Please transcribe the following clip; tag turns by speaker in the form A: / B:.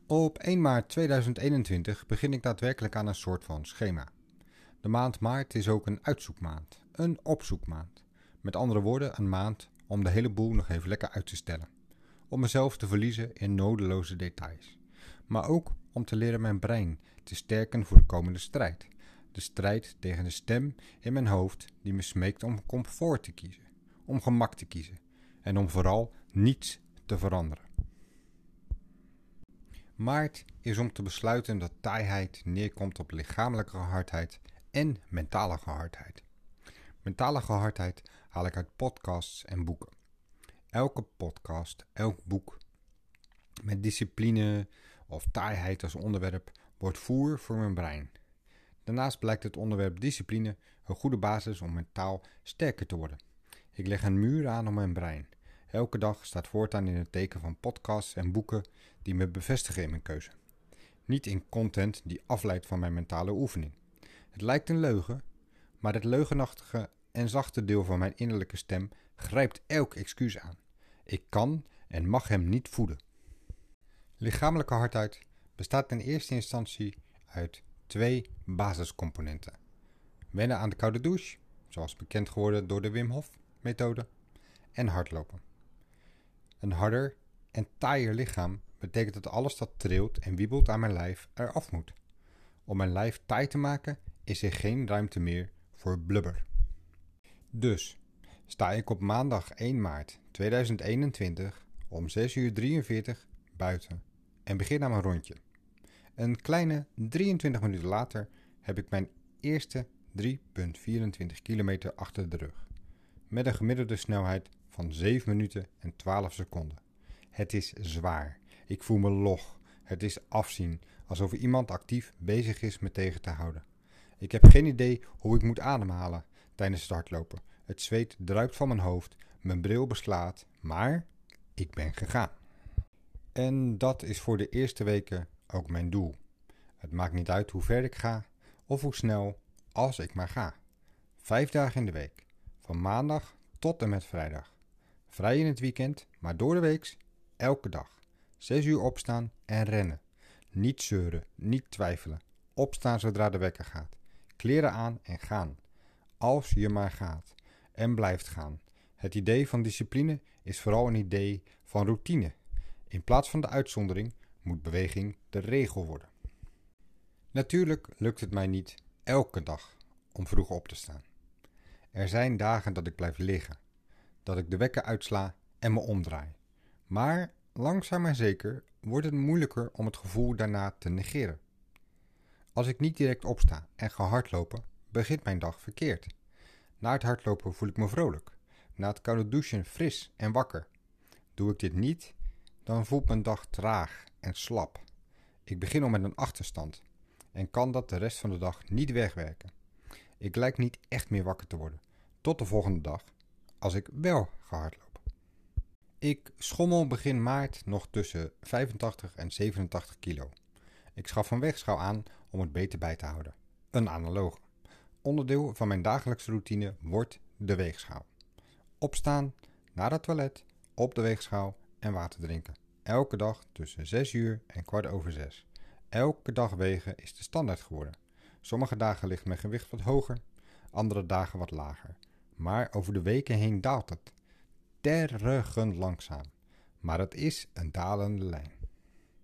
A: Op 1 maart 2021 begin ik daadwerkelijk aan een soort van schema. De maand maart is ook een uitzoekmaand, een opzoekmaand. Met andere woorden, een maand om de hele boel nog even lekker uit te stellen. Om mezelf te verliezen in nodeloze details. Maar ook om te leren mijn brein te sterken voor de komende strijd. De strijd tegen de stem in mijn hoofd die me smeekt om comfort te kiezen. Om gemak te kiezen. En om vooral niets te veranderen. Maart is om te besluiten dat taaiheid neerkomt op lichamelijke gehardheid en mentale gehardheid. Mentale gehardheid haal ik uit podcasts en boeken. Elke podcast, elk boek met discipline of taaiheid als onderwerp wordt voer voor mijn brein. Daarnaast blijkt het onderwerp discipline een goede basis om mentaal sterker te worden. Ik leg een muur aan om mijn brein. Elke dag staat voortaan in het teken van podcasts en boeken die me bevestigen in mijn keuze. Niet in content die afleidt van mijn mentale oefening. Het lijkt een leugen, maar het leugenachtige en zachte deel van mijn innerlijke stem grijpt elk excuus aan. Ik kan en mag hem niet voeden. Lichamelijke hardheid bestaat in eerste instantie uit 2 basiscomponenten. Wennen aan de koude douche, zoals bekend geworden door de Wim Hof methode, en hardlopen. Een harder en taaier lichaam betekent dat alles dat trilt en wiebelt aan mijn lijf eraf moet. Om mijn lijf taai te maken is er geen ruimte meer voor blubber. Dus sta ik op maandag 1 maart 2021 om 6:43 buiten en begin aan mijn rondje. Een kleine 23 minuten later heb ik mijn eerste 3,24 kilometer achter de rug. Met een gemiddelde snelheid van 7 minuten en 12 seconden. Het is zwaar. Ik voel me log. Het is afzien, alsof iemand actief bezig is me tegen te houden. Ik heb geen idee hoe ik moet ademhalen tijdens het hardlopen. Het zweet druipt van mijn hoofd, mijn bril beslaat, maar ik ben gegaan. En dat is voor de eerste weken ook mijn doel. Het maakt niet uit hoe ver ik ga of hoe snel, als ik maar ga. 5 dagen in de week, van maandag tot en met vrijdag. Vrij in het weekend, maar door de weeks elke dag. 6 uur opstaan en rennen. Niet zeuren, niet twijfelen. Opstaan zodra de wekker gaat. Kleren aan en gaan. Als je maar gaat. En blijft gaan. Het idee van discipline is vooral een idee van routine. In plaats van de uitzondering moet beweging de regel worden. Natuurlijk lukt het mij niet elke dag om vroeg op te staan. Er zijn dagen dat ik blijf liggen. Dat ik de wekker uitsla en me omdraai. Maar langzaam maar zeker wordt het moeilijker om het gevoel daarna te negeren. Als ik niet direct opsta en ga hardlopen, begint mijn dag verkeerd. Na het hardlopen voel ik me vrolijk. Na het koude douchen fris en wakker. Doe ik dit niet, dan voelt mijn dag traag en slap. Ik begin al met een achterstand en kan dat de rest van de dag niet wegwerken. Ik lijk niet echt meer wakker te worden. Tot de volgende dag, als ik wel ga hardlopen. Ik schommel begin maart nog tussen 85 en 87 kilo. Ik schaf een weegschaal aan om het beter bij te houden. Een analoge. Onderdeel van mijn dagelijkse routine wordt de weegschaal. Opstaan, naar het toilet, op de weegschaal en water drinken. Elke dag tussen 6 uur en 6:15. Elke dag wegen is de standaard geworden. Sommige dagen ligt mijn gewicht wat hoger, andere dagen wat lager. Maar over de weken heen daalt het. Tergend langzaam. Maar het is een dalende lijn.